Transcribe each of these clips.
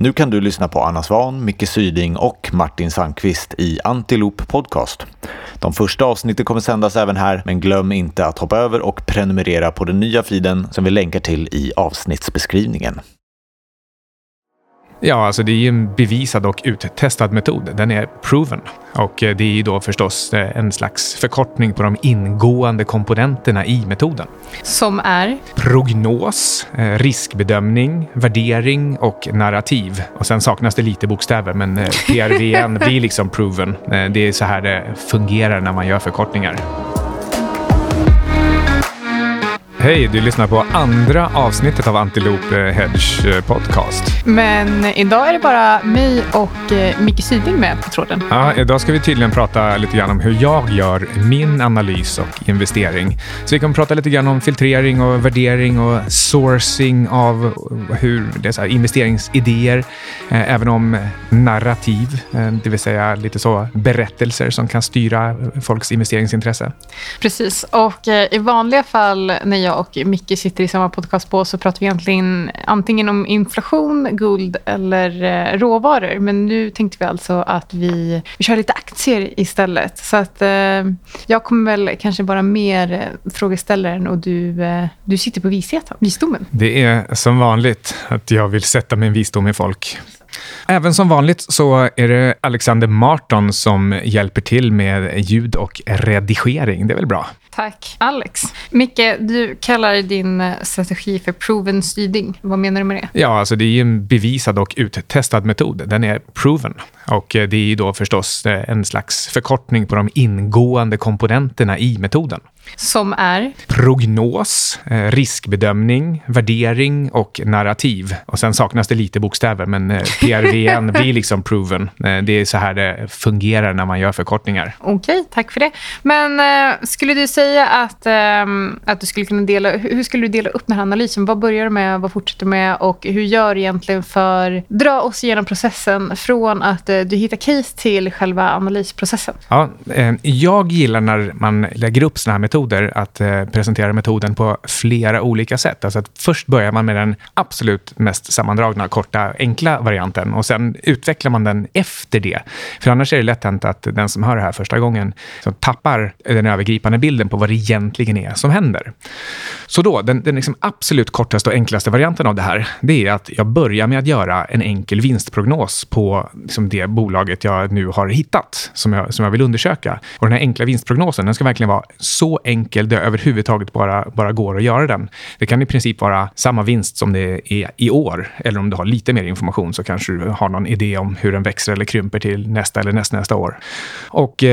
Nu kan du lyssna på Anna Svan, Micke Syding och Martin Sandqvist i Antiloop Podcast. De första avsnitten kommer sändas även här, men glöm inte att hoppa över och prenumerera på den nya feeden som vi länkar till i avsnittsbeskrivningen. Ja, alltså det är ju en bevisad och uttestad metod. Den är proven. Och det är ju då förstås en slags förkortning på de ingående komponenterna i metoden. Som är? Prognos, riskbedömning, värdering och narrativ. Och sen saknas det lite bokstäver, men PRVN blir liksom proven. Det är så här det fungerar när man gör förkortningar. Hej, du lyssnar på andra avsnittet av Antiloop Hedge podcast. Men idag är det bara mig och Micke Syding med på tråden. Ja, idag ska vi tydligen prata lite grann om hur jag gör min analys och investering. Så vi kommer prata lite grann om filtrering och värdering och sourcing av hur det är så här, investeringsidéer. Även om narrativ, det vill säga lite så berättelser som kan styra folks investeringsintresse. Precis, och i vanliga fall när jag och Micke sitter i samma podcast på så pratar vi egentligen antingen om inflation, guld eller råvaror. Men nu tänkte vi alltså att vi kör lite aktier istället. Så att jag kommer väl kanske bara mer frågeställaren och du sitter på visdomen. Det är som vanligt att jag vill sätta min visdom i folk. Även som vanligt så är det Alexander Marton som hjälper till med ljud och redigering. Det är väl bra? Tack, Alex. Micke, du kallar din strategi för proven styrning. Vad menar du med det? Ja, alltså det är ju en bevisad och uttestad metod. Den är proven. Och det är ju då förstås en slags förkortning på de ingående komponenterna i metoden. Som är? Prognos, riskbedömning, värdering och narrativ. Och sen saknas det lite bokstäver, men PRVN blir liksom proven. Det är så här det fungerar när man gör förkortningar. Okej, tack för det. Men skulle du säga att du skulle kunna hur skulle du dela upp den här analysen? Vad börjar du med, vad fortsätter du med och hur gör du egentligen för dra oss igenom processen från att du hittar case till själva analysprocessen? Ja, jag gillar när man lägger upp såna här metoder att presentera metoden på flera olika sätt. Alltså att först börjar man med den absolut mest sammandragna, korta, enkla varianten och sen utvecklar man den efter det. För annars är det lätt hänt att den som hör det här första gången så tappar den övergripande bilden på vad det egentligen är som händer. Så då, den liksom absolut kortaste och enklaste varianten av det här, det är att jag börjar med att göra en enkel vinstprognos på liksom det bolaget jag nu har hittat som jag vill undersöka. Och den här enkla vinstprognosen, den ska verkligen vara så enkel det överhuvudtaget bara går att göra den. Det kan i princip vara samma vinst som det är i år. Eller om du har lite mer information så kanske du har någon idé om hur den växer eller krymper till nästa eller nästa år. Och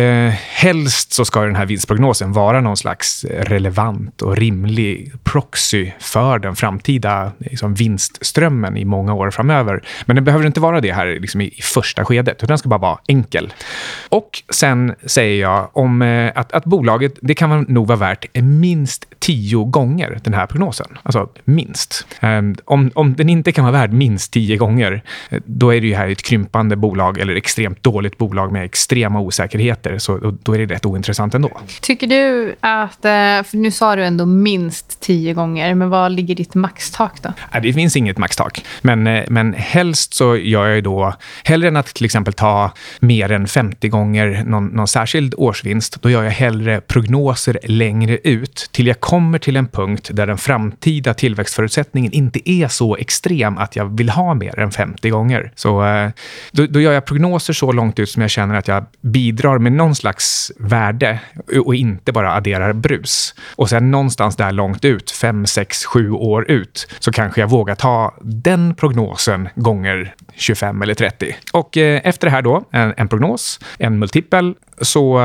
helst så ska den här vinstprognosen vara någon slags relevant och rimlig proxy för den framtida liksom, vinstströmmen i många år framöver. Men den behöver inte vara det här liksom, i första skedet, utan den ska bara vara enkel. Och sen säger jag om att bolaget, det kan nog vara värt minst 10 gånger den här prognosen. Alltså minst. Om den inte kan vara värd minst 10 gånger, då är det ju här ett krympande bolag eller extremt dåligt bolag med extrema osäkerheter. Så då är det rätt ointressant ändå. Tycker du att, för nu sa du ändå minst 10 gånger, men vad ligger ditt maxtak då? Det finns inget maxtak. Men helst så gör jag ju då, hellre än att till exempel ta mer än 50 gånger någon särskild årsvinst, då gör jag hellre prognoser längre ut till jag kommer till en punkt där den framtida tillväxtförutsättningen inte är så extrem att jag vill ha mer än 50 gånger. Så då gör jag prognoser så långt ut som jag känner att jag bidrar med någon slags värde och inte bara adderar brus. Och sen någonstans där långt ut, 5, 6, 7 år ut, så kanske jag vågar ta den prognosen gånger 25 eller 30. Och efter det här då, en prognos, en multipel, så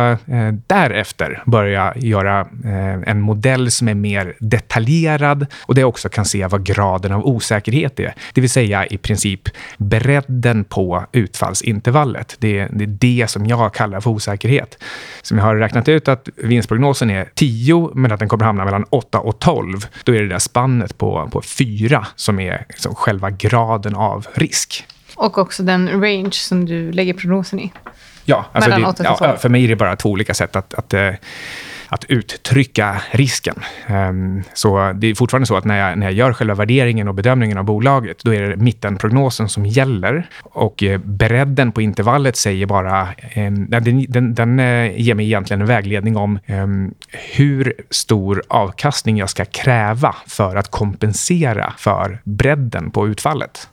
därefter börjar jag göra en modell som är mer detaljerad och där jag också kan se vad graden av osäkerhet är. Det vill säga i princip bredden på utfallsintervallet. Det är det som jag kallar för osäkerhet. Som jag har räknat ut att vinstprognosen är 10 men att den kommer hamna mellan 8 och 12. Då är det där spannet på 4 som är liksom själva graden av risk. Och också den range som du lägger prognosen i. Ja, alltså för mig är det bara 2 olika sätt att uttrycka risken. Så det är fortfarande så att när jag gör själva värderingen och bedömningen av bolaget, då är det mittenprognosen som gäller, och bredden på intervallet säger bara, den ger mig egentligen en vägledning om hur stor avkastning jag ska kräva för att kompensera för bredden på utfallet.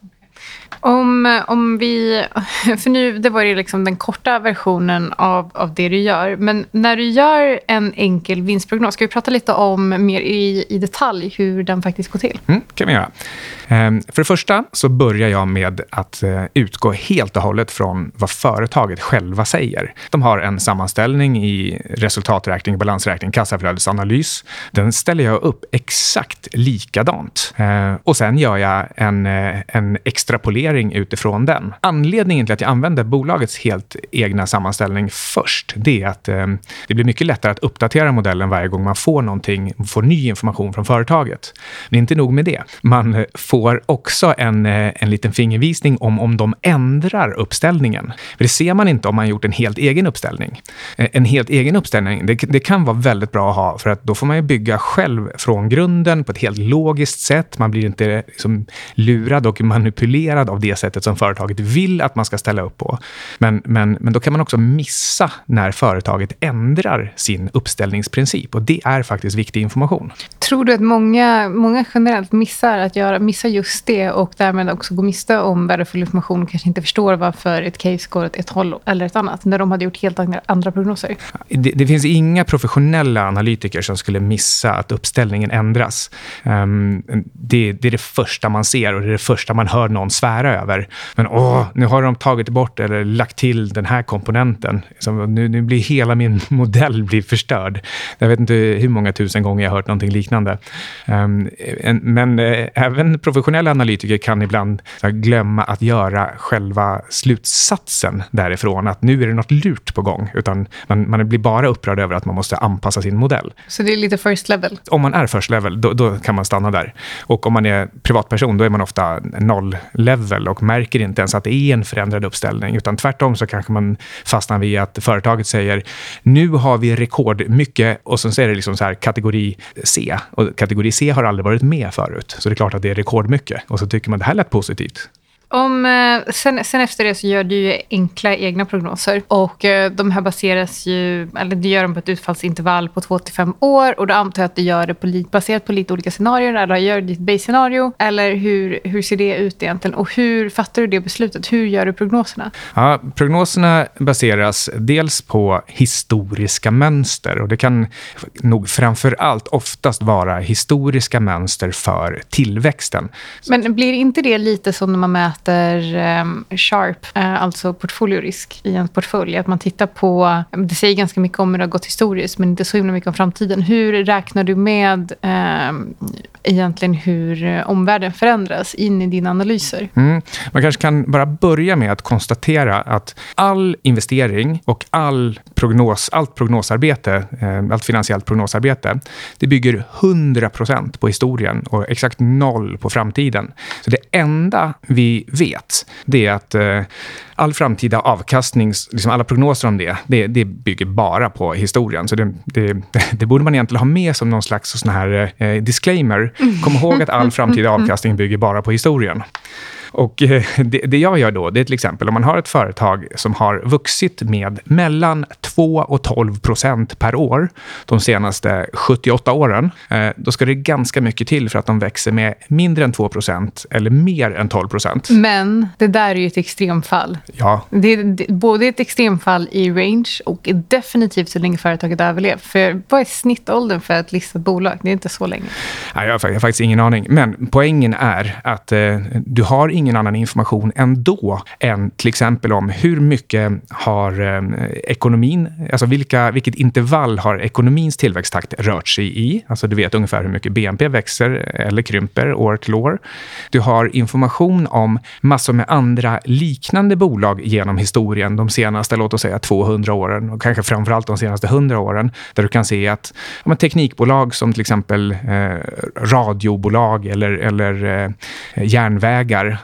Om vi, för nu, det var ju liksom den korta versionen av det du gör, men när du gör en enkel vinstprognos, ska vi prata lite om mer i detalj hur den faktiskt går till? Kan vi göra. För det första så börjar jag med att utgå helt och hållet från vad företaget själva säger. De har en sammanställning i resultaträkning, balansräkning, kassaflödesanalys. Den ställer jag upp exakt likadant. Och sen gör jag en extrapolering utifrån den. Anledningen till att jag använder bolagets helt egna sammanställning först, det är att det blir mycket lättare att uppdatera modellen varje gång man får ny information från företaget. Men inte nog med det. Man får också en liten fingervisning om de ändrar uppställningen. För det ser man inte om man gjort en helt egen uppställning. En helt egen uppställning, det kan vara väldigt bra att ha, för att då får man ju bygga själv från grunden på ett helt logiskt sätt. Man blir inte liksom lurad och manipulerad av det sättet som företaget vill att man ska ställa upp på. Men då kan man också missa när företaget ändrar sin uppställningsprincip, och det är faktiskt viktig information. Tror du att många generellt missar just det, och därmed också går miste om värdefull information och kanske inte förstår varför ett case går åt ett håll eller ett annat, när de hade gjort helt andra prognoser? Det finns inga professionella analytiker som skulle missa att uppställningen ändras. Det är det första man ser, och det är det första man hör någon svära över. Men nu har de tagit bort eller lagt till den här komponenten. Nu blir hela min modell förstörd. Jag vet inte hur många tusen gånger jag har hört någonting liknande. Men även professionella analytiker kan ibland glömma att göra själva slutsatsen därifrån, att nu är det något lurt på gång, utan man blir bara upprörd över att man måste anpassa sin modell. Så det är lite first level? Om man är first level, då kan man stanna där. Och om man är privatperson, då är man ofta noll level och märker inte ens att det är en förändrad uppställning, utan tvärtom så kanske man fastnar vid att företaget säger, nu har vi rekordmycket, och så är det liksom så här kategori C, och kategori C har aldrig varit med förut, så det är klart att det är rekordmycket, och så tycker man det här lät positivt. Sen efter det så gör du ju enkla egna prognoser, och de här baseras ju, eller du gör dem på ett utfallsintervall på 2-5 år, och då antar jag att du gör det baserat på lite olika scenarier, eller gör ditt base-scenario, eller hur ser det ut egentligen, och hur fattar du det beslutet? Hur gör du prognoserna? Ja, prognoserna baseras dels på historiska mönster, och det kan nog framför allt oftast vara historiska mönster för tillväxten. Men blir inte det lite som när man mäter Sharp, alltså portföljorisk i en portfölj, att man tittar på, det säger ganska mycket om hur det har gått historiskt, men inte så himla mycket om framtiden. Hur räknar du med egentligen hur omvärlden förändras in i dina analyser? Man kanske kan bara börja med att konstatera att all investering och allt prognosarbete, allt finansiellt prognosarbete, det bygger 100% på historien och exakt 0 på framtiden. Så det enda vi vet, det är att all framtida avkastning, liksom alla prognoser om det bygger bara på historien. Så det borde man egentligen ha med som någon slags sån här disclaimer. Kom ihåg att all framtida avkastning bygger bara på historien. Och det jag gör då, det är till exempel om man har ett företag som har vuxit med mellan 2 och 12% per år de senaste 78 åren, då ska det ganska mycket till för att de växer med mindre än 2% eller mer än 12%. Men det där är ju ett extremfall. Ja. Det är både ett extremfall i range och definitivt så länge företaget överlever. För vad är snittåldern för ett listat bolag? Det är inte så länge. Nej, jag har faktiskt ingen aning. Men poängen är att du har ingen annan information ändå än till exempel om hur mycket har ekonomin, alltså vilket intervall har ekonomins tillväxttakt rört sig i. Alltså du vet ungefär hur mycket BNP växer eller krymper år till år. Du har information om massor med andra liknande bolag genom historien de senaste, låt oss säga 200 åren och kanske framförallt de senaste 100 åren, där du kan se att teknikbolag som till exempel radiobolag eller järnvägar,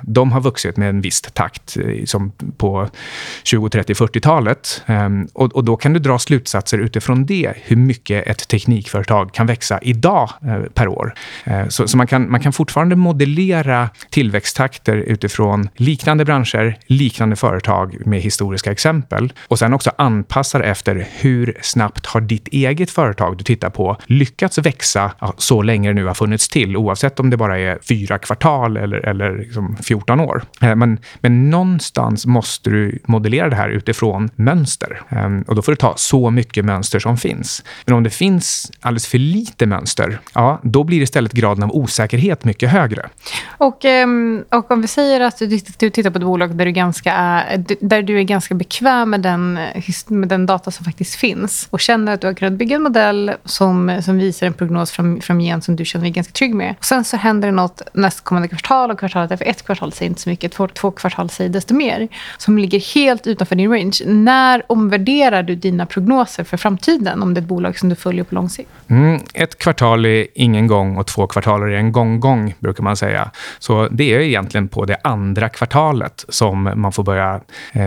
de har vuxit med en viss takt som på 20, 30, 40-talet. Och då kan du dra slutsatser utifrån det, hur mycket ett teknikföretag kan växa idag per år. Så man kan fortfarande modellera tillväxttakter utifrån liknande branscher, liknande företag med historiska exempel. Och sen också anpassa efter hur snabbt har ditt eget företag du tittar på lyckats växa så länge det nu har funnits till, oavsett om det bara är 4 kvartal eller liksom 14 år. Men någonstans måste du modellera det här utifrån mönster. Och då får du ta så mycket mönster som finns. Men om det finns alldeles för lite mönster, ja, då blir istället graden av osäkerhet mycket högre. Och om vi säger att du tittar på ett bolag där du är ganska bekväm med den data som faktiskt finns och känner att du har kunnat bygga en modell som visar en prognos framgent som du känner dig ganska trygg med. Och sen så händer det något nästkommande kvartal, och kvartalet efter 1 kvartal säger inte så mycket, 2 kvartal säger desto mer, som ligger helt utanför din range. När omvärderar du dina prognoser för framtiden om det är ett bolag som du följer på lång sikt? 1 kvartal är ingen gång och 2 kvartal är en gång, brukar man säga. Så det är egentligen på det andra kvartalet som man får börja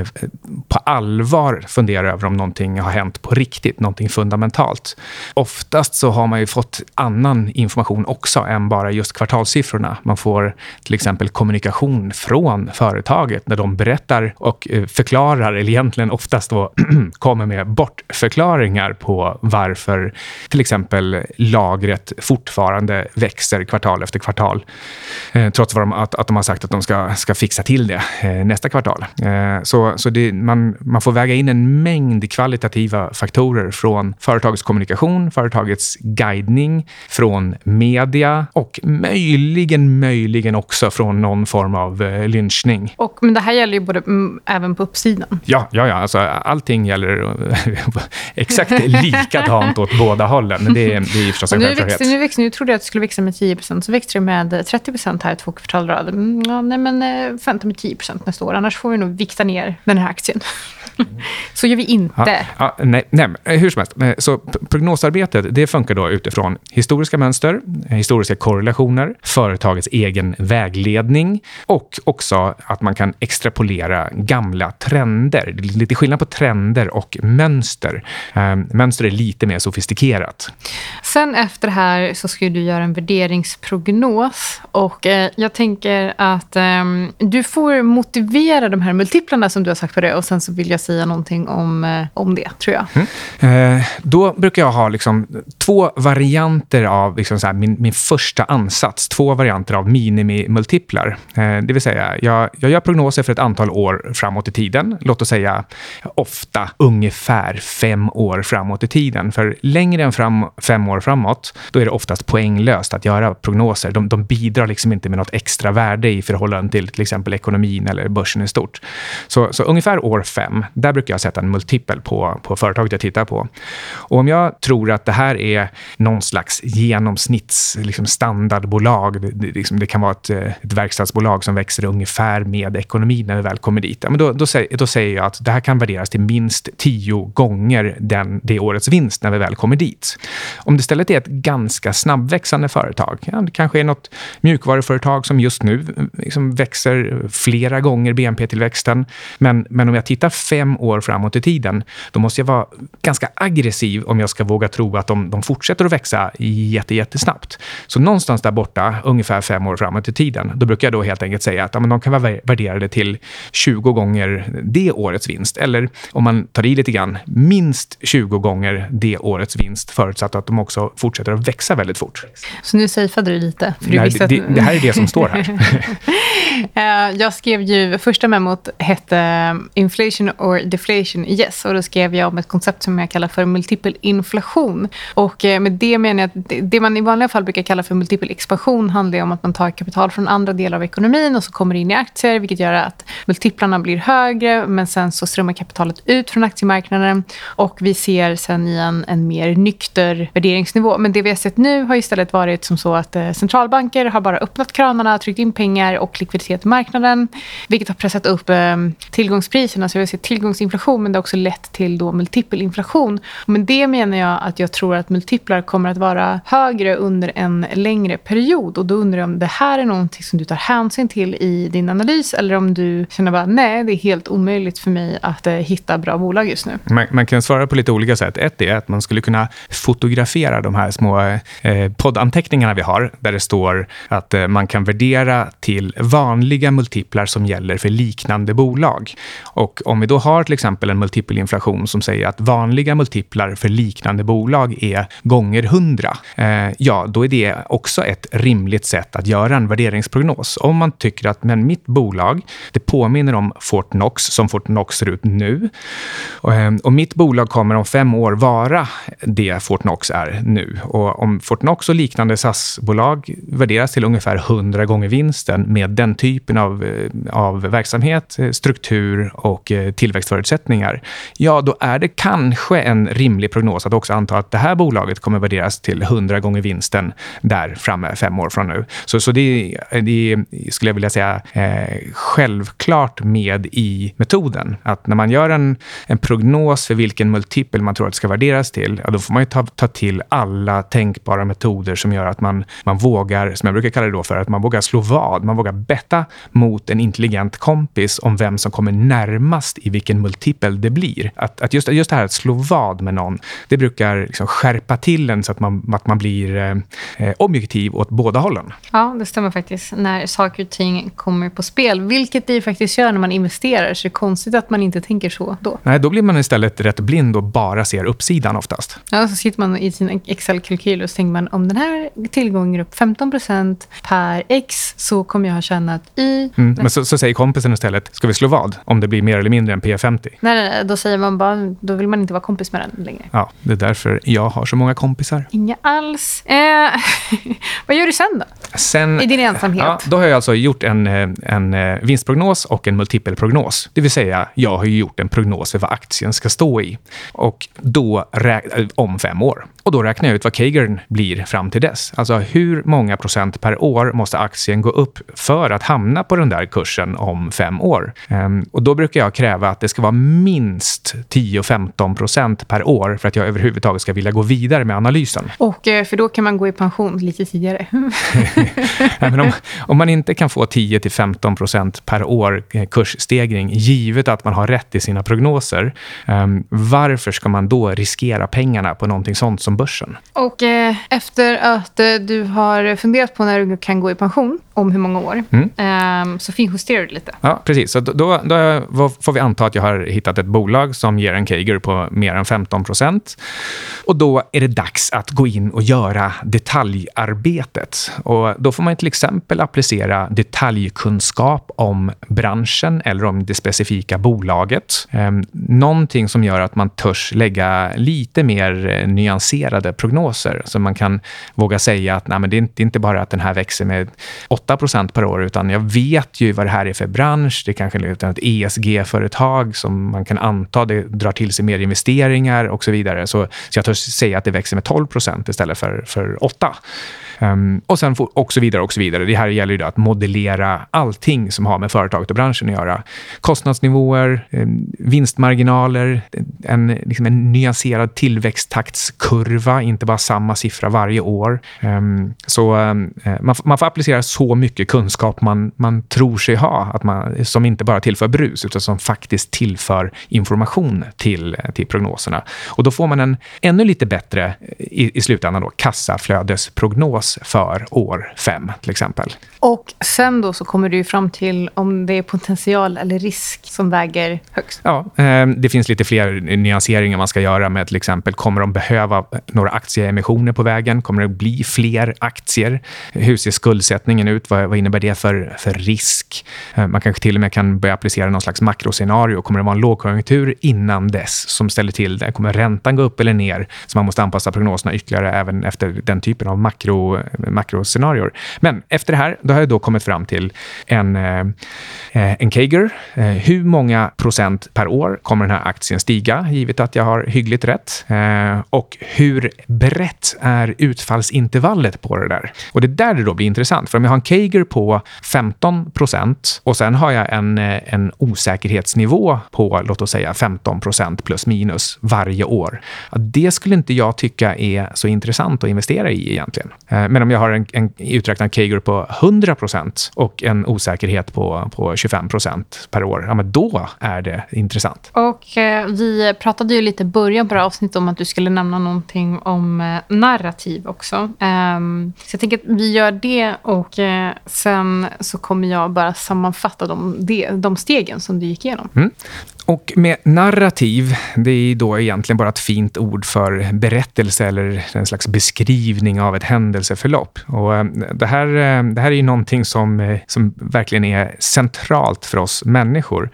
på allvar fundera över om någonting har hänt på riktigt, någonting fundamentalt. Oftast så har man ju fått annan information också än bara just kvartalssiffrorna. Man får till exempel kommunikation från företaget när de berättar och förklarar, eller egentligen oftast då kommer med bortförklaringar på varför till exempel lagret fortfarande växer kvartal efter kvartal. Trots att de har sagt att de ska fixa till det nästa kvartal. Så man får väga in en mängd kvalitativa faktorer från företagets kommunikation, företagets guidning, från media och möjligen också från någon form av lynchning. Men det här gäller ju även på uppsidan. Ja, alltså allting gäller exakt likadant åt båda hållen, men det är förstås en självklarhet. Nu trodde jag att det skulle växa med 10%, så växte det med 30% här 2 kvartal rad. Vänta med 10% nästa år, annars får vi nog vikta ner den här aktien. Så gör vi inte. Nej, hur som helst. Så prognosarbetet, det funkar då utifrån historiska mönster, historiska korrelationer, företagets egen vägledning och också att man kan extrapolera gamla trender. Det är lite skillnad på trender och mönster. Mönster är lite mer sofistikerat. Sen efter det här så ska du göra en värderingsprognos, och jag tänker att du får motivera de här multiplarna som du har sagt på det, och sen så vill jag säga någonting om det, tror jag. Då brukar jag ha liksom 2 varianter av liksom så här, min första ansats, 2 varianter av minimimultiplar. Det vill säga, jag gör prognoser för ett antal år framåt i tiden. Låt oss säga ofta ungefär 5 år framåt i tiden. För längre än 5 år framåt, då är det oftast poänglöst att göra prognoser. De bidrar liksom inte med något extra värde i förhållande till exempel ekonomin eller börsen i stort. Så ungefär år 5, där brukar jag sätta en multipel på företaget jag tittar på. Och om jag tror att det här är någon slags genomsnitts liksom standardbolag, det kan vara ett verkstadsbolag som växer ungefär med ekonomin när vi väl kommer dit. Ja, men då säger jag att det här kan värderas till minst 10 gånger det årets vinst när vi väl kommer dit. Om det istället är ett ganska snabbväxande företag, det kanske är något mjukvaruföretag som just nu liksom växer flera gånger BNP-tillväxten, men om jag tittar 5 år framåt i tiden, då måste jag vara ganska aggressiv om jag ska våga tro att de fortsätter att växa jättesnabbt. Så någonstans där borta, ungefär 5 år framåt i tiden, då brukar jag då helt enkelt säga att de kan vara värderade till 20 gånger det årets vinst. Eller om man tar i lite grann, minst 20 gånger det årets vinst, förutsatt att de också fortsätter att växa väldigt fort. Så nu safeade du lite? För Nej, det här är det som står här. Jag skrev ju, första memot hette Inflation or Deflation, yes. Och då skrev jag om ett koncept som jag kallar för multipel inflation. Och med det menar jag att det man i vanliga fall brukar kalla för multipel expansion handlar om att man tar kapital från andra delar av ekonomin och så kommer in i aktier, vilket gör att multiplarna blir högre, men sen så strömmar kapitalet ut från aktiemarknaden och vi ser sen igen en mer nykter värderingsnivå. Men det vi har sett nu har istället varit som så att centralbanker har bara öppnat kranarna, tryckt in pengar och likviditet i marknaden, vilket har pressat upp tillgångspriserna. Så vi har sett tillgångsinflation, men det har också lett till då multipelinflation. Men det menar jag att jag tror att multiplar kommer att vara högre under en längre period. Och då undrar jag om det här är någonting som du tar hänsyn till i din analys, eller om du känner bara, nej, det är helt omöjligt för mig att hitta bra bolag just nu. Man kan svara på lite olika sätt. Ett är att man skulle kunna fotografera de här små poddanteckningarna vi har, där det står att man kan värdera till vanliga multiplar som gäller för liknande bolag. Och om vi då har till exempel en multipelinflation som säger att vanliga multiplar för liknande bolag är gånger 100, då är det också ett rimligt sätt att göra en värderingsprognos. Om man tycker att mitt bolag, det påminner om Fortnox som Fortnox ser ut nu, och mitt bolag kommer om 5 år vara det Fortnox är nu. Och om Fortnox och liknande SAS-bolag värderas till ungefär 100 gånger vinsten med den typen av verksamhet, struktur och tillväxtförutsättningar, då är det kanske en rimlig prognos att också anta att det här bolaget kommer värderas till 100 gånger vinsten där framme 5 år från nu. Så det skulle jag vilja säga självklart med i metoden. Att när man gör en prognos för vilken multipel man tror att det ska värderas till, då får man ju ta till alla tänkbara metoder som gör att man vågar, som jag brukar kalla det då, för att man vågar slå vad. Man vågar betta mot en intelligent kompis om vem som kommer närmast i vilken multipel det blir. Att just det här att slå vad med någon, det brukar liksom skärpa till en så att man blir objektiv åt båda hållen. Ja, det stämmer faktiskt. När saker och ting kommer på spel, vilket det faktiskt gör när man investerar, så är det konstigt att man inte tänker så då. Nej, då blir man istället rätt blind och bara ser uppsidan oftast. Ja, så sitter man i sin Excel-kalkyl och så tänker man, om den här tillgången upp 15% per X, så kommer jag ha tjänat i... Men så säger kompisen istället, ska vi slå vad? Om det blir mer eller mindre än P50. Nej, då säger man bara, då vill man inte vara kompis med den längre. Ja, det är därför jag har så många kompisar. Inga alls. Vad gör du sen då? I din ensamhet? Ja, då har jag alltså gjort en vinstprognos och en multipelprognos. Det vill säga, jag har ju gjort en prognos för vad aktien ska stå i. Och då om 5 år. Och då räknar jag ut vad CAGR blir fram till dess. Alltså hur många procent per år måste aktien gå upp för att hamna på den där kursen om 5 år. Och då brukar jag kräva att det ska vara minst 10-15% per år för att jag överhuvudtaget ska vilja gå vidare med analysen. Och för då kan man gå i pension lite tidigare. Men om man inte kan få 10-15% per år kursstegring, givet att man har rätt i sina prognoser, varför ska man då riskera pengarna på någonting sånt som börsen? Och efter att du har funderat på när du kan gå i pension, om hur många år, så finjusterar du lite. Ja, precis. Så då får vi anta att jag har hittat ett bolag som ger en CAGR på mer än 15%. Och då är det dags att gå in och göra detaljarbetet. Och då får man till exempel applicera detaljkunskap om branschen eller om det specifika bolaget. Någonting som gör att man törs lägga lite mer nyanserade prognoser. Så man kan våga säga att nej, men det är inte bara att den här växer med 8% per år, utan jag vet ju vad det här är för bransch. Det är kanske ett ESG-företag som man kan anta det drar till sig mer investeringar och så vidare. Så jag törs säga att det växer med 12% istället för 8%. Och sen och så vidare och så vidare. Det här gäller ju då att modellera allting som har med företaget och branschen att göra. Kostnadsnivåer, vinstmarginaler, en nyanserad tillväxttaktskurva, inte bara samma siffra varje år. Så man får applicera så mycket kunskap man tror sig ha, som inte bara tillför brus utan som faktiskt tillför information till prognoserna. Och då får man en ännu lite bättre i slutändan då, kassaflödesprognos för år 5 till exempel. Och sen då så kommer du fram till om det är potential eller risk som väger högst. Ja, det finns lite fler nyanseringar man ska göra med till exempel, kommer de behöva några aktieemissioner på vägen? Kommer det bli fler aktier? Hur ser skuldsättningen ut? Vad innebär det för risk? Man kanske till och med kan börja applicera någon slags makroscenario. Kommer det vara en lågkonjunktur innan dess som ställer till det? Kommer räntan gå upp eller ner? Så man måste anpassa prognoserna ytterligare även efter den typen av makroscenarior. Men efter det här, då har jag då kommit fram till en Kager. Hur många procent per år kommer den här aktien stiga, givet att jag har hyggligt rätt? Och hur brett är utfallsintervallet på det där? Och det där det då blir intressant. För om jag har en Kager på 15% och sen har jag en osäkerhetsnivå på, låt oss säga 15% plus minus varje år. Det skulle inte jag tycka är så intressant att investera i egentligen. Men om jag har en uträknad Kager på 100% och en osäkerhet på 25% per år, ja, men då är det intressant. Och vi pratade ju lite i början på det här avsnittet om att du skulle nämna någonting om narrativ också. Så jag tänker att vi gör det och sen så kommer jag bara sammanfatta de stegen som du gick igenom. Och med narrativ, det är då egentligen bara ett fint ord för berättelse eller en slags beskrivning av ett händelseförlopp. Och det här är ju någonting som verkligen är centralt för oss människor.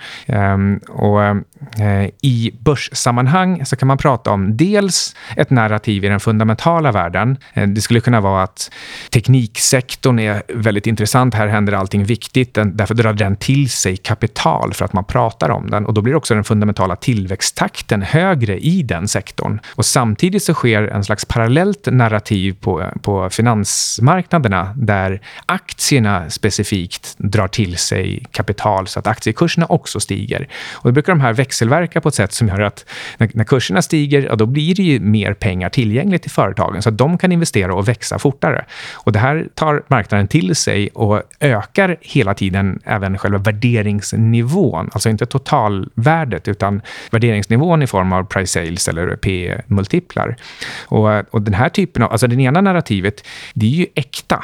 I börssammanhang så kan man prata om dels ett narrativ i den fundamentala världen. Det skulle kunna vara att tekniksektorn är väldigt intressant. Här händer allting viktigt. Därför drar den till sig kapital för att man pratar om den. Och då blir också den fundamentala tillväxttakten högre i den sektorn. Och samtidigt så sker en slags parallellt narrativ på finansmarknaderna där aktierna specifikt drar till sig kapital så att aktiekurserna också stiger. Och då brukar de här växelverka på ett sätt som gör att när kurserna stiger, ja, då blir det ju mer pengar tillgängligt till företagen så att de kan investera och växa fortare. Och det här tar marknaden till sig och ökar hela tiden även själva värderingsnivån. Alltså inte totalvärdet utan värderingsnivån i form av price sales eller P-multiplar. Och den här typen av, alltså det ena narrativet, det är ju äkta.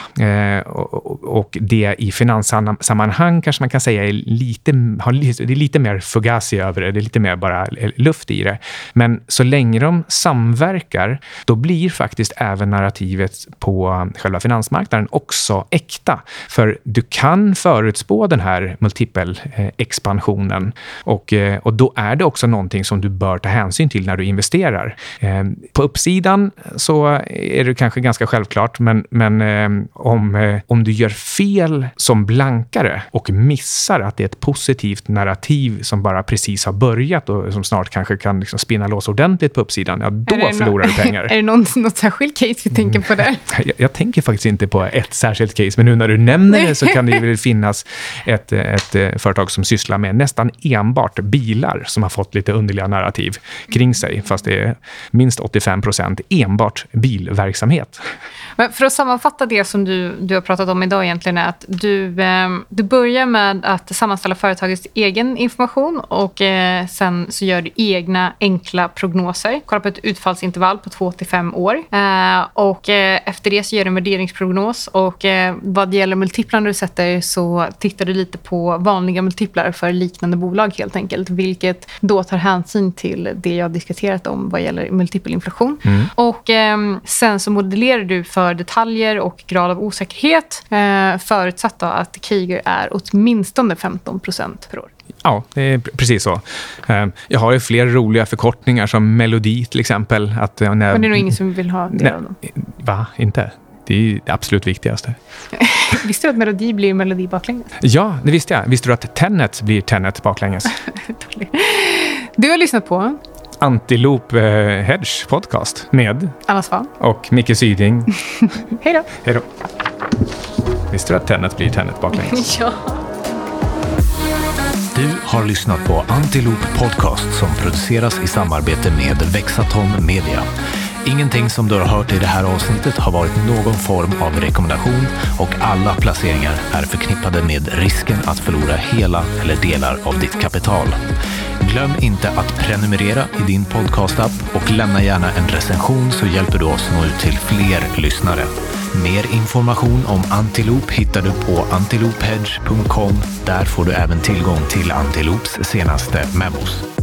Och det i finanssammanhang kanske man kan säga är lite mer fugazi över det. Det är lite mer bara luft i det. Men så länge de samverkar, då blir faktiskt även narrativet på själva finansmarknaden också äkta. För du kan förutspå den här multipelexpansionen och då är det också någonting som du bör ta hänsyn till när du investerar. På uppsidan så är det kanske ganska självklart, men om du gör fel som blankare och missar att det är ett positivt narrativ som bara precis har börjat och som snart kanske kan liksom spinna lås ordentligt på uppsidan, ja, då förlorar du pengar. Är det något särskilt case vi tänker på där? Jag tänker faktiskt inte på ett särskilt case, men nu när du nämner det så kan det väl finnas ett företag som sysslar med nästan enbart bilar som har fått lite underliga narrativ kring sig, fast det är minst 85% enbart bilverksamhet. Men för att sammanfatta det som du har pratat om idag egentligen är att du börjar med att sammanställa företagets egen information och sen så gör du egna enkla prognoser. Kolla på ett utfallsintervall på 2-5 år. Och efter det så gör du en värderingsprognos och vad gäller multiplarna du sätter så tittar du lite på vanliga multiplar för liknande bolag helt enkelt, vilket då tar hänsyn till det jag har diskuterat om vad gäller multipelinflation. Och sen så modellerar du för detaljer och grad av osäkerhet förutsatt då att Kager är åtminstone 15% per år. Ja, det är precis så. Jag har ju fler roliga förkortningar som Melodi till exempel. Men det är nog ingen som vill ha det av dem. Va? Inte? Det är ju det absolut viktigaste. Visste du att Melodi blir Melodi baklänges? Ja, det visste jag. Visste du att Tenet blir Tenet baklänges? Du har lyssnat på Antiloop Hedge podcast med Anna Svan och Micke Syding. Hej då. Hej då. Visste du att Tenet blir Tenet baklänges? Ja. Du har lyssnat på Antiloop podcast som produceras i samarbete med Vexatom Media. Ingenting som du har hört i det här avsnittet har varit någon form av rekommendation och alla placeringar är förknippade med risken att förlora hela eller delar av ditt kapital. Glöm inte att prenumerera i din podcastapp och lämna gärna en recension så hjälper du oss nå ut till fler lyssnare. Mer information om Antiloop hittar du på antiloophedge.com. Där får du även tillgång till Antiloops senaste memos.